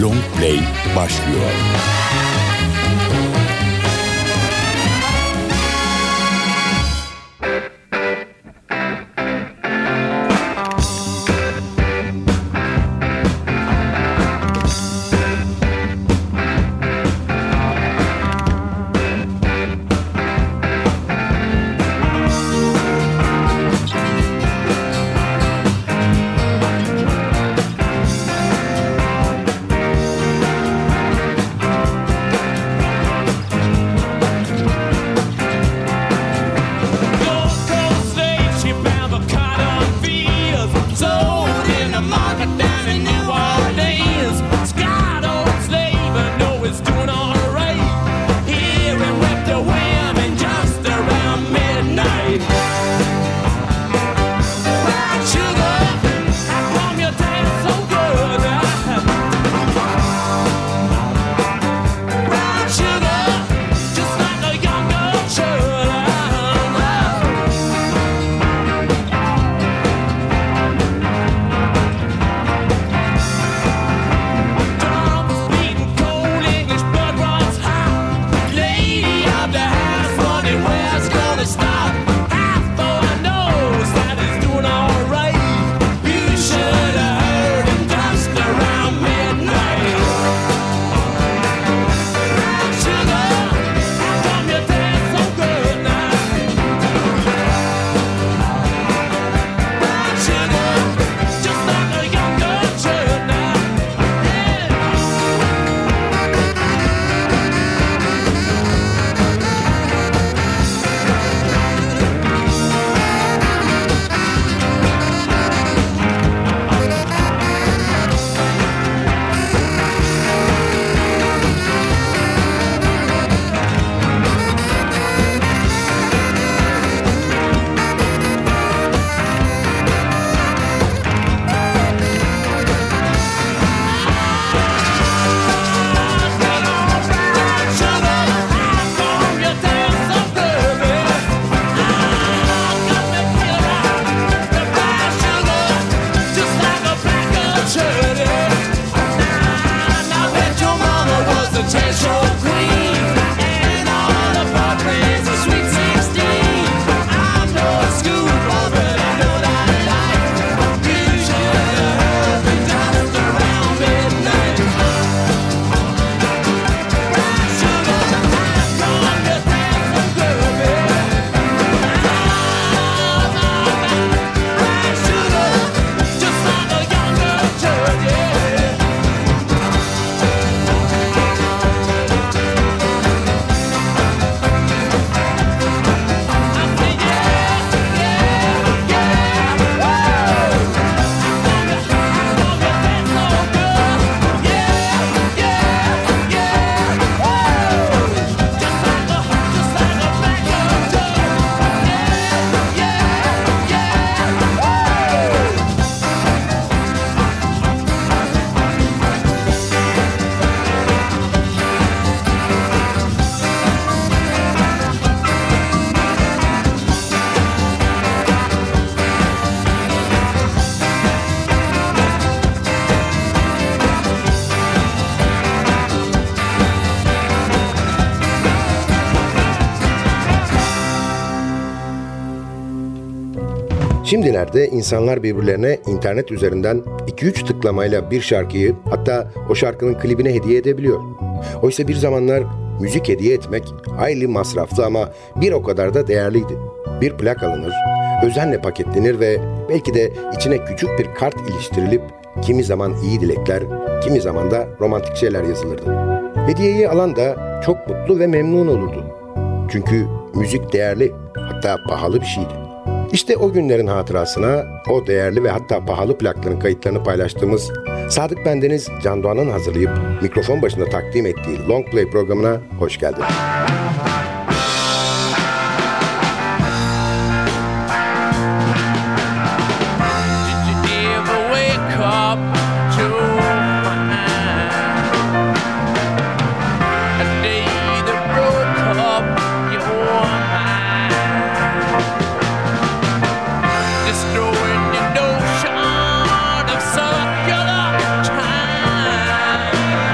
Long Play başlıyor. Şimdilerde insanlar birbirlerine internet üzerinden 2-3 tıklamayla bir şarkıyı, hatta o şarkının klibine hediye edebiliyor. Oysa bir zamanlar müzik hediye etmek hayli masraflı ama bir o kadar da değerliydi. Bir plak alınır, özenle paketlenir ve belki de içine küçük bir kart iliştirilip kimi zaman iyi dilekler, kimi zaman da romantik şeyler yazılırdı. Hediyeyi alan da çok mutlu ve memnun olurdu. Çünkü müzik değerli, hatta pahalı bir şeydi. İşte o günlerin hatırasına o değerli ve hatta pahalı plakların kayıtlarını paylaştığımız Sadık Bendeniz Can Doğan'ın hazırlayıp mikrofon başında takdim ettiği Long Play programına hoş geldiniz. Destroying your notion of circular time.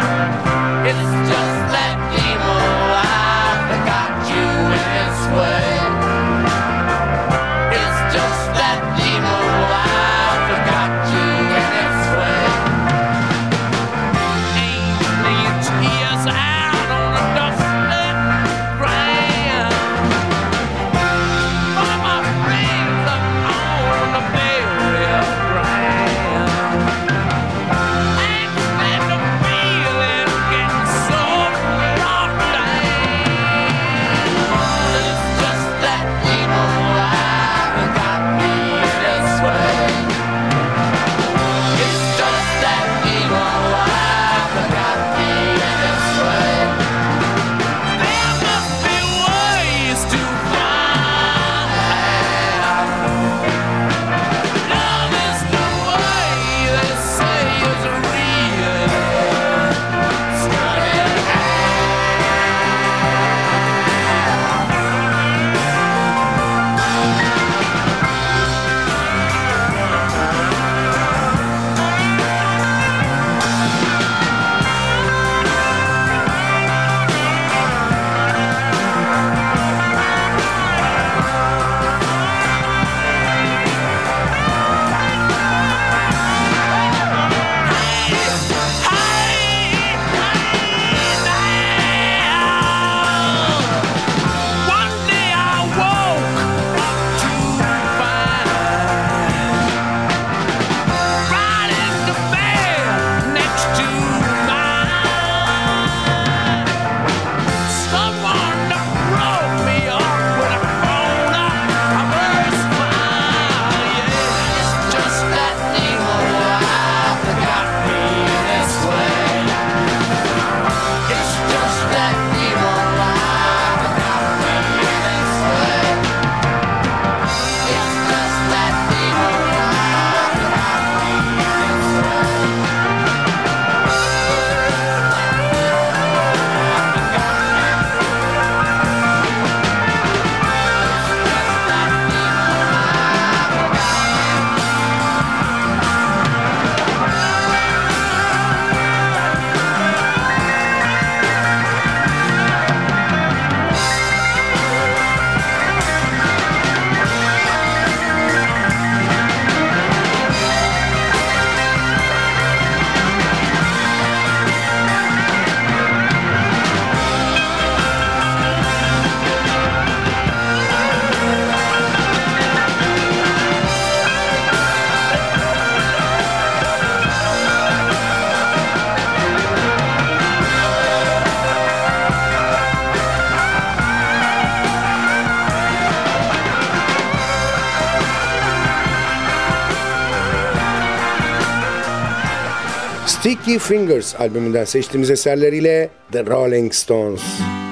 Sticky Fingers albümünden seçtiğimiz eserleriyle The Rolling Stones.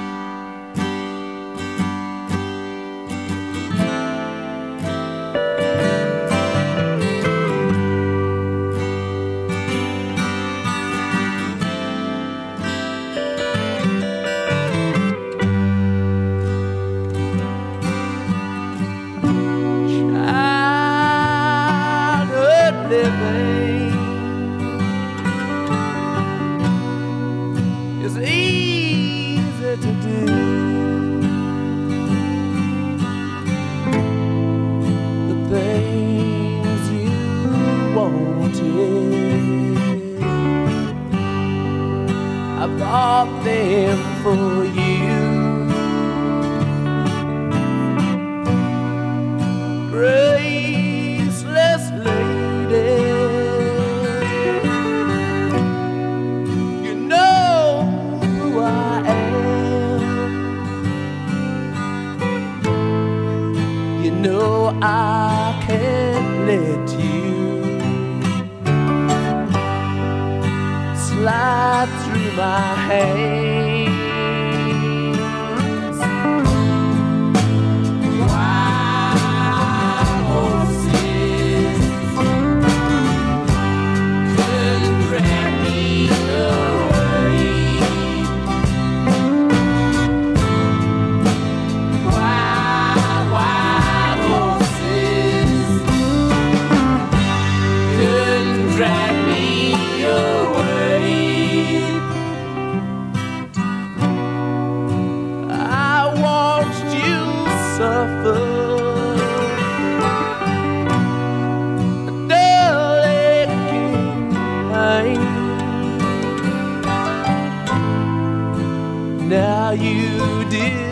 Now you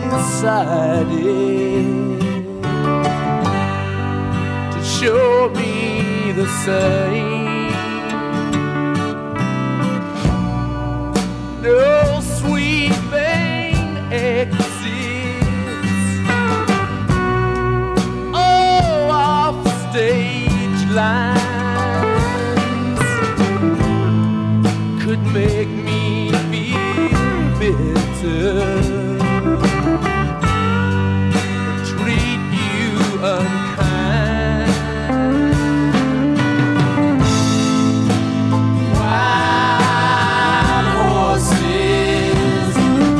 decided to show me the same. No sweet thing exists. Oh, off stage lines could make me feel bitter, treat you unkind. Wild horses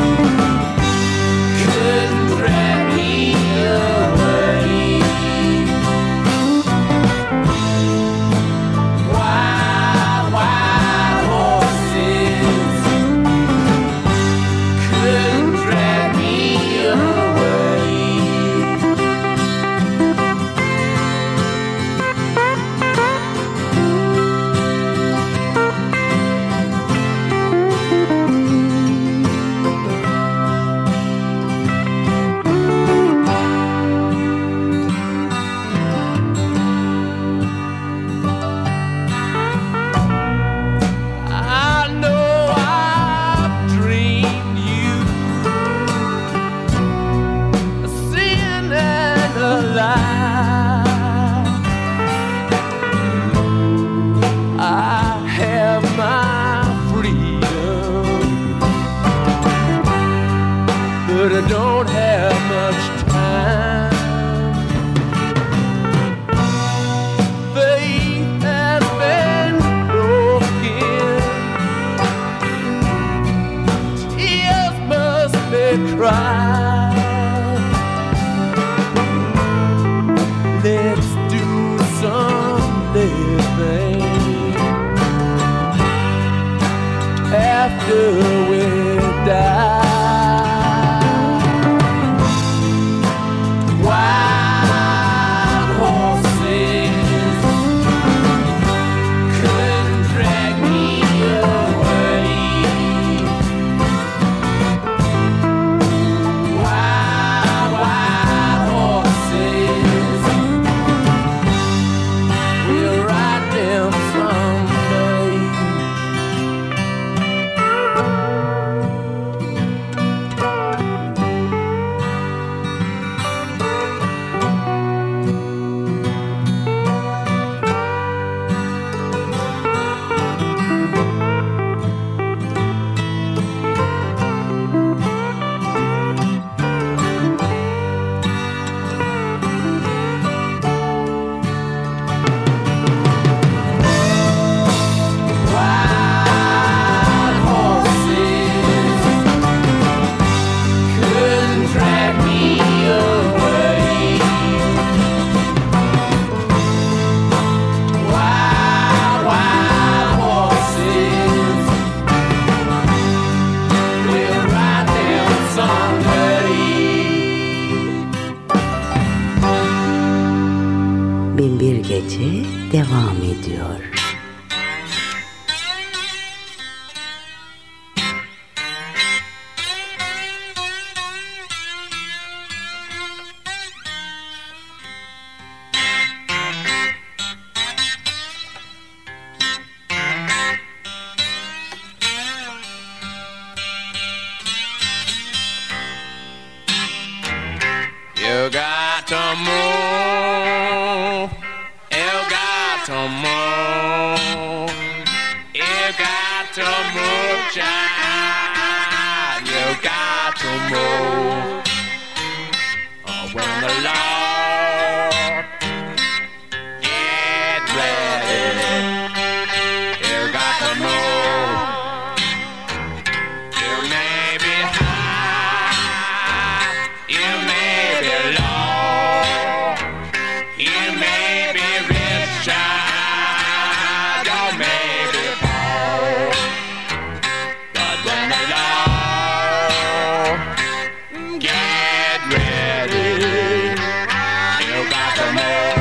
couldn't drag me away. Wild horses couldn't drag me away. I know I've dreamed you a sin and a lie. I have my freedom, but I don't have much time. Faith has been broken, tears must be cried. Let's do some living after we die. Wild horses couldn't drag me away. Wild horses will ride them someday. alone. You got to move, child. You got to move. When the Lord get ready, you got to move. You may be high, you may be low, you may be rich, child, you may be poor. But when the Lord get ready, you got to move.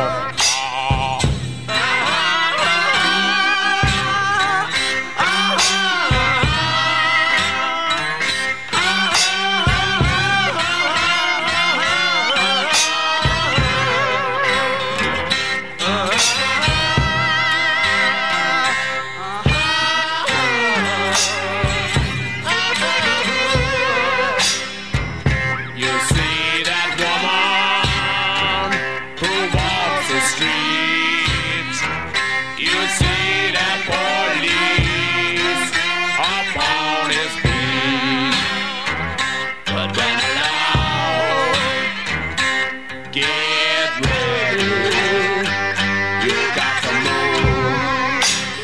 You see that woman who walks the streets. You see that police upon his feet. But when the Lord get ready, you got to move.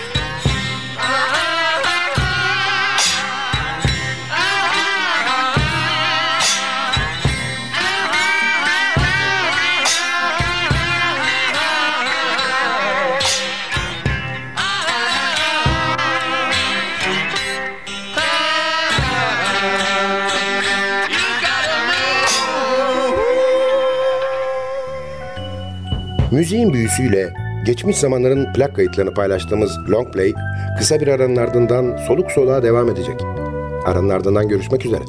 Müziğin büyüsüyle geçmiş zamanların plak kayıtlarını paylaştığımız Long Play kısa bir aranın ardından soluk soluğa devam edecek. Aranın ardından görüşmek üzere.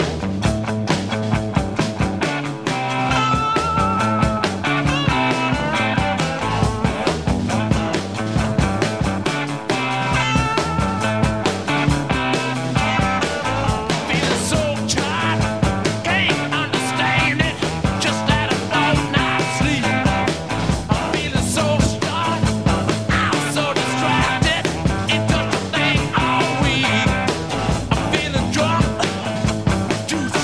Feeling so tired, can't understand it. Just had a long night's sleep. I'm feeling so stuck, I'm so distracted. Ain't touched a thing all week. I'm feeling drunk, too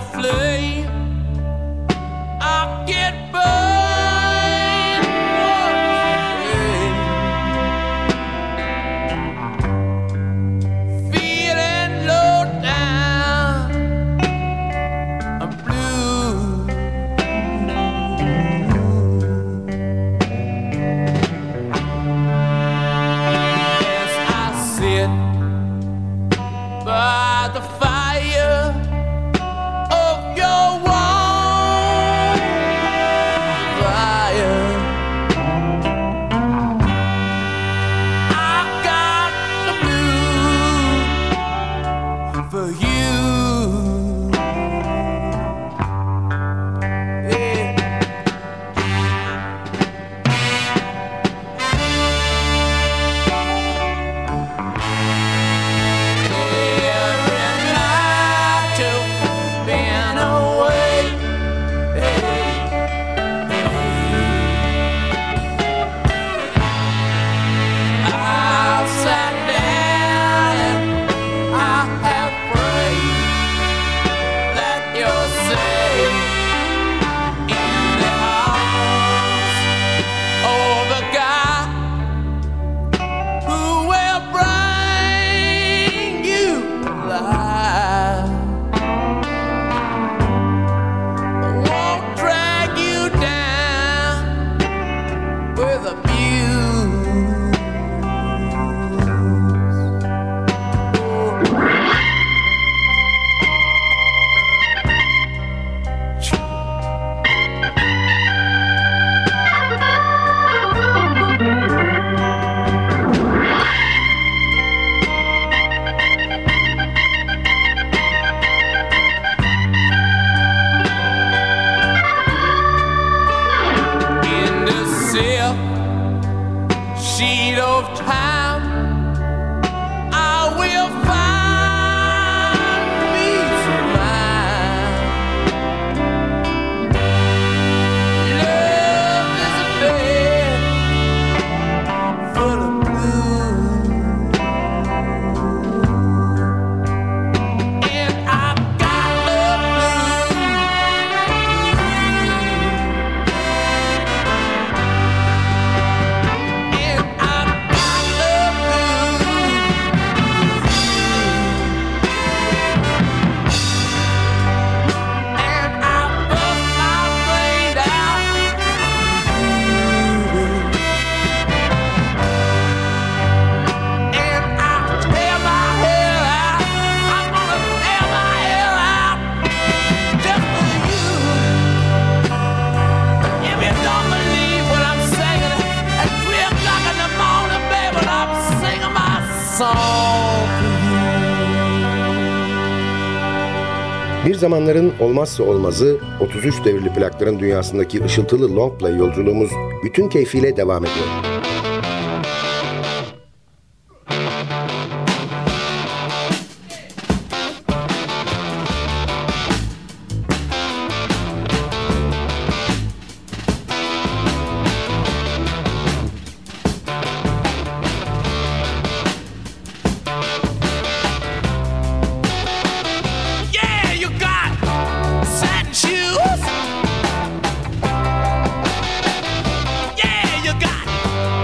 flame. I get burned once again. Feeling low down, I'm blue. Yes, I sit by the fire of your warm fire. I got the blues for you. Yeah. Every night you've been away. I've sat down and I have prayed that you're safe in the arms of a guy who will bring you alive. Won't drag you down with abuse. In the silk sheet of time, I will find me some mine. Love is a bed full of blue, and I got the blues. And I got the blues. And I bust my brain out. And I tear my hair out. I'm gonna tear my hair out just for you. If you don't believe what I'm saying, at 3 o'clock in the morning, baby, I'm singing my song for you. Bir zamanların olmazsa olmazı 33 devirli plakların dünyasındaki ışıltılı long play yolculuğumuz bütün keyfiyle devam ediyor. Yeah, you got satin shoes. Yeah, you got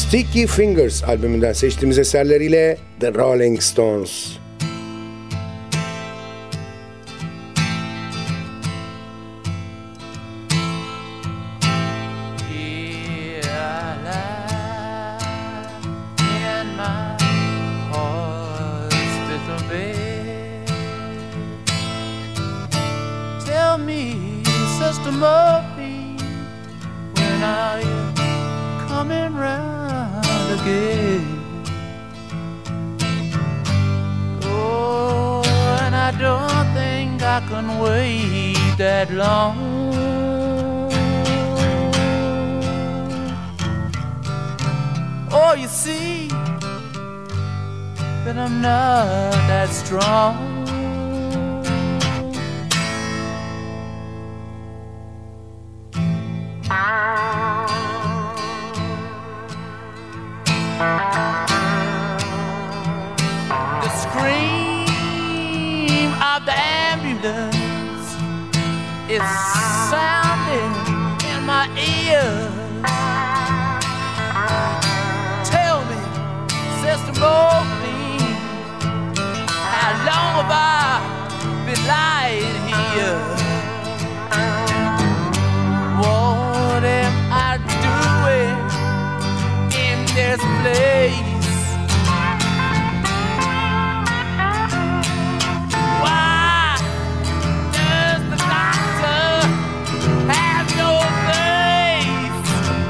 Sticky Fingers albümünden seçtiğimiz eserleriyle The Rolling Stones. Tell me, Sister Murphy, when are you coming round again? Oh, and I don't think I can wait that long. Oh, you see that I'm not that strong. The scream of the ambulance is sounding in my ears. Tell me, Sister Morphine, how long have I been lying here? What am I doing in this place? Why does the doctor have no face?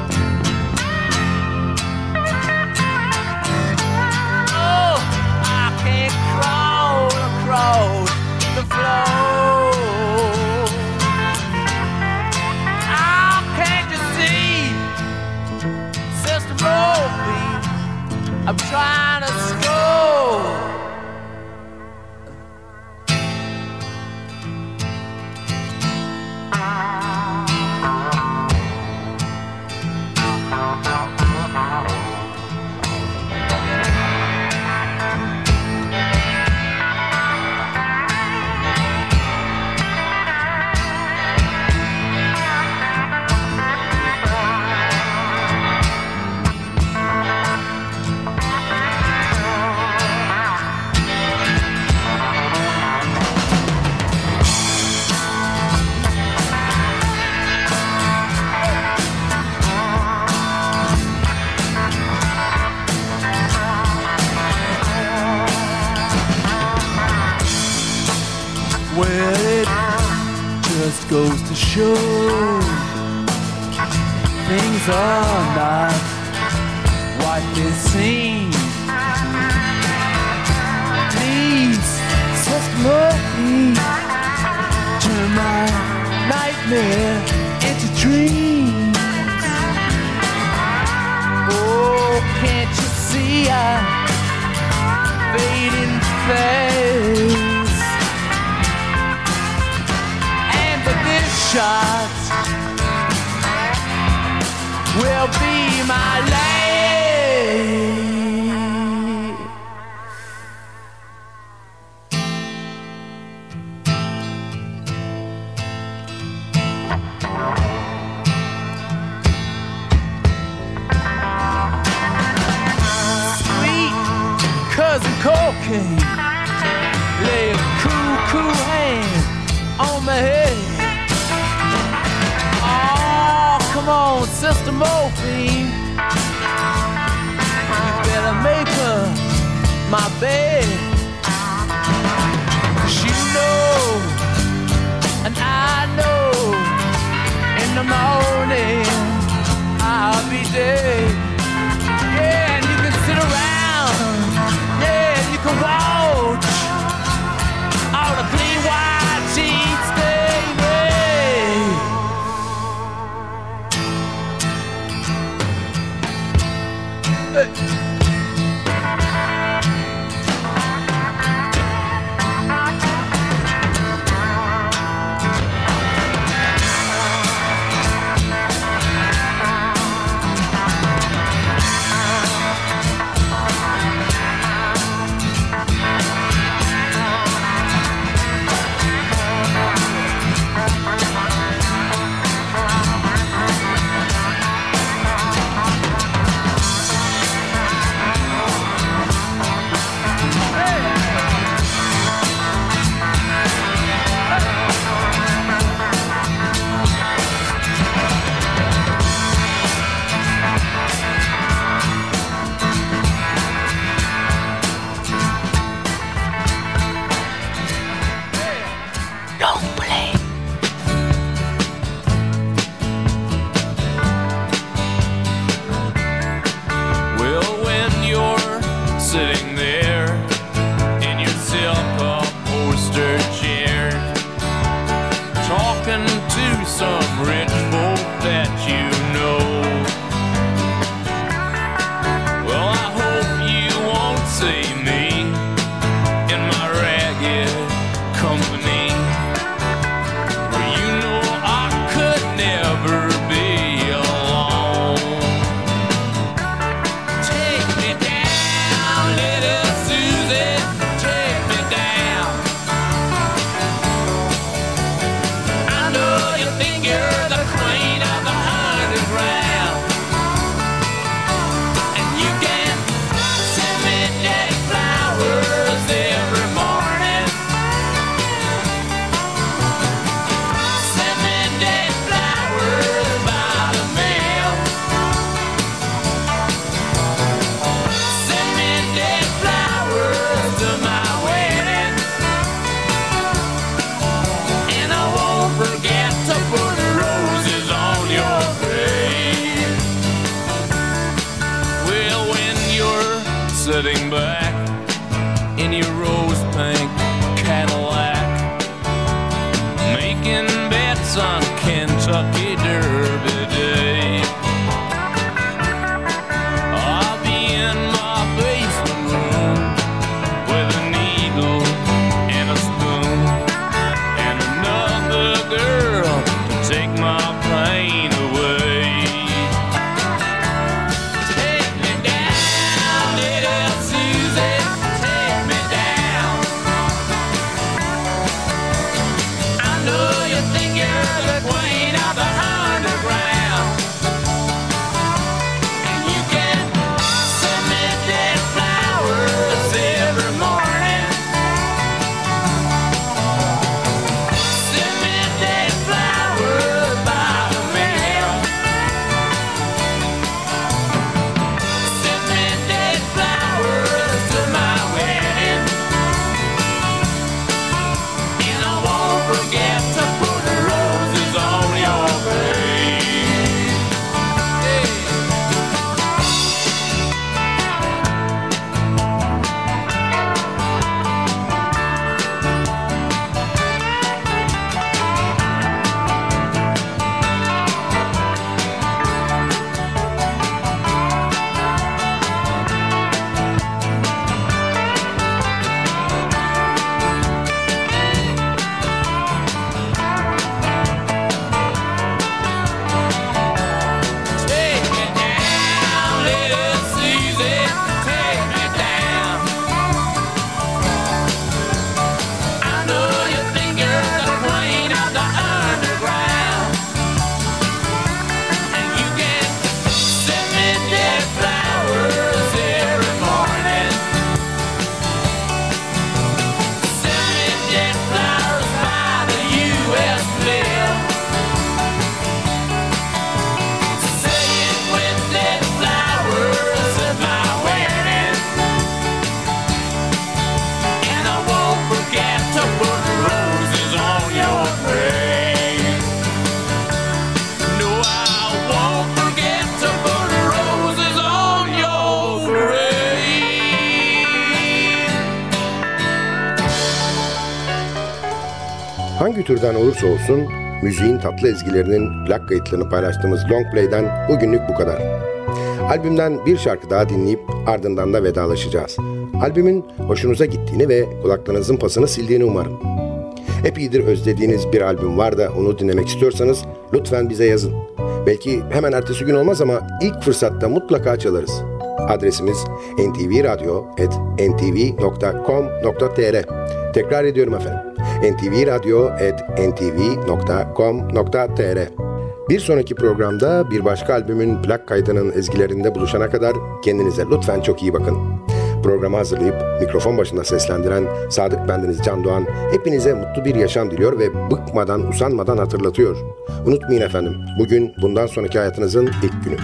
Oh, I can't crawl across the floor. Oh, can't you see, Sister Murphy, I'm trying to score. Well, it just goes to show things are not what they seem. Please, Sister Murphy, turn my nightmare into dreams. Oh, can't you see I'm fading fast? Shot will be my last. Sweet cousin cocaine, lay a cool hand on my head. Come on, Sister Morphine, you better make her my bed. 'Cause you know, and I know, in the morning I'll be dead. Yeah, and you can sit around, yeah, and you can watch all the clean white sheets stay red. sitting back in your rose pink Cadillac, making bets on Kentucky Derby Day. I'll be in my basement room with a needle and a spoon and another girl to take my pain away. Take me down, little Susie, take me down. I know you think you're the queen of the underground, and you can send me dead flowers every morning. Send me dead flowers by the mail. Send me dead flowers to my wedding, and I won't forget to put the roses on your grave. Hey. Take me down, little Susie, take me down. I know you think you're the queen of the underground, and you can send me dead flowers every morning. Send me dead flowers by the U.S. mail. Say it with dead flowers at my wedding, and I won't forget to put roses on your grave. No, I won't forget to put roses on your grave. Hangi türden olursa olsun müziğin tatlı ezgilerinin plak kayıtlarını paylaştığımız Long Play'den bugünlük bu kadar. Albümden bir şarkı daha dinleyip ardından da vedalaşacağız. Albümün hoşunuza gittiğini ve kulaklarınızın pasını sildiğini umarım. Epeydir özlediğiniz bir albüm var da onu dinlemek istiyorsanız lütfen bize yazın. Belki hemen ertesi gün olmaz ama ilk fırsatta mutlaka çalarız. Adresimiz ntvradio@ntv.com.tr. Tekrar ediyorum efendim. ntvradio@ntv.com.tr. Bir sonraki programda bir başka albümün plak kaydının ezgilerinde buluşana kadar kendinize lütfen çok iyi bakın. Programı hazırlayıp mikrofon başında seslendiren Sadık bendeniz Can Doğan hepinize mutlu bir yaşam diliyor ve bıkmadan, usanmadan hatırlatıyor. Unutmayın efendim, bugün bundan sonraki hayatınızın ilk günü.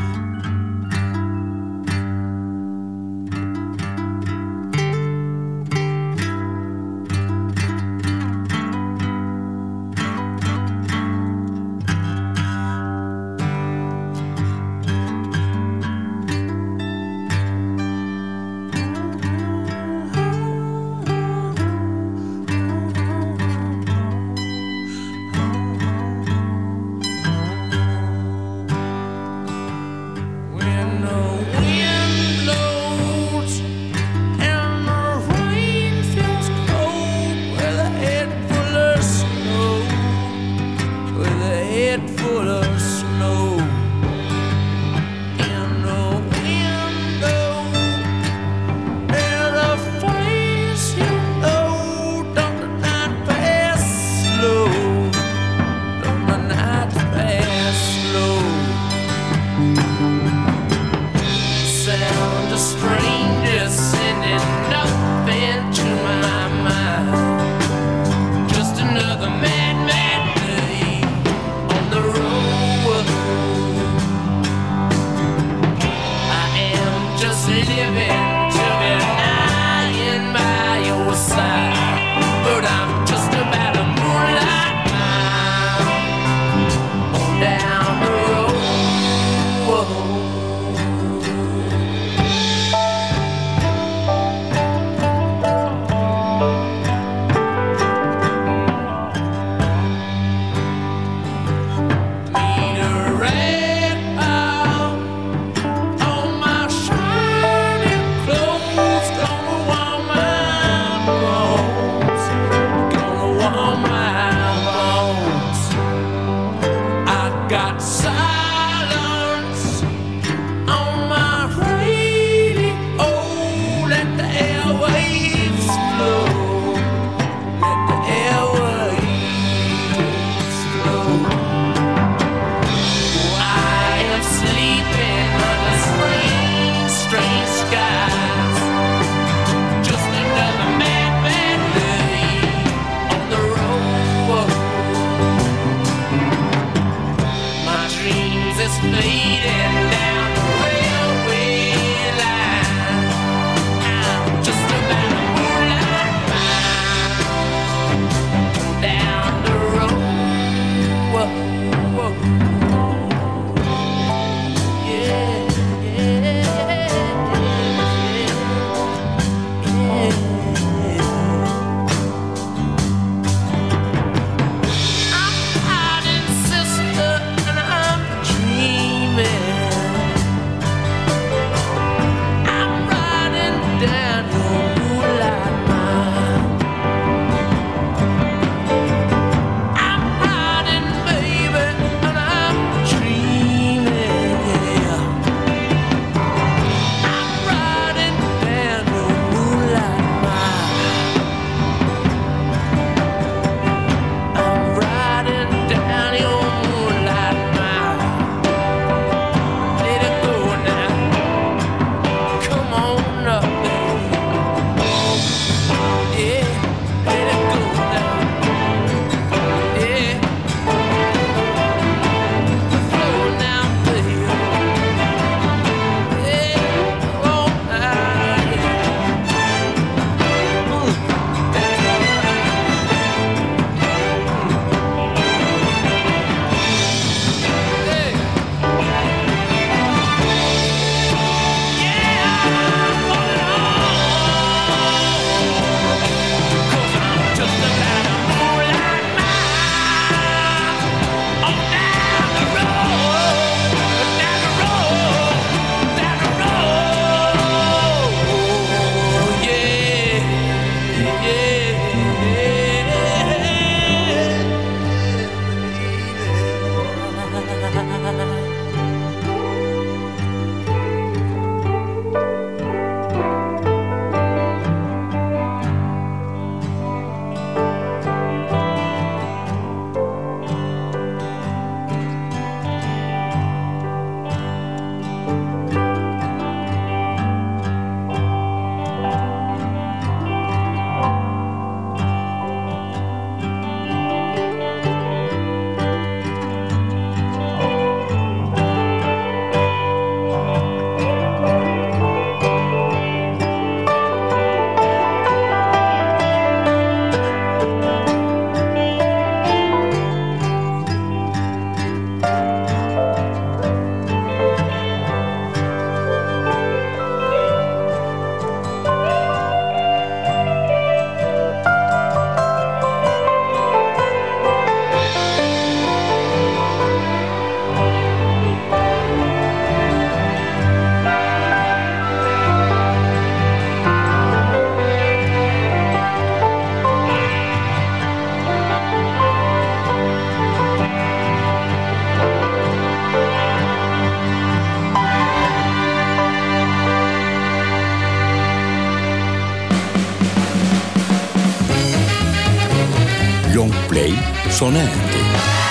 Long Play sona erdi.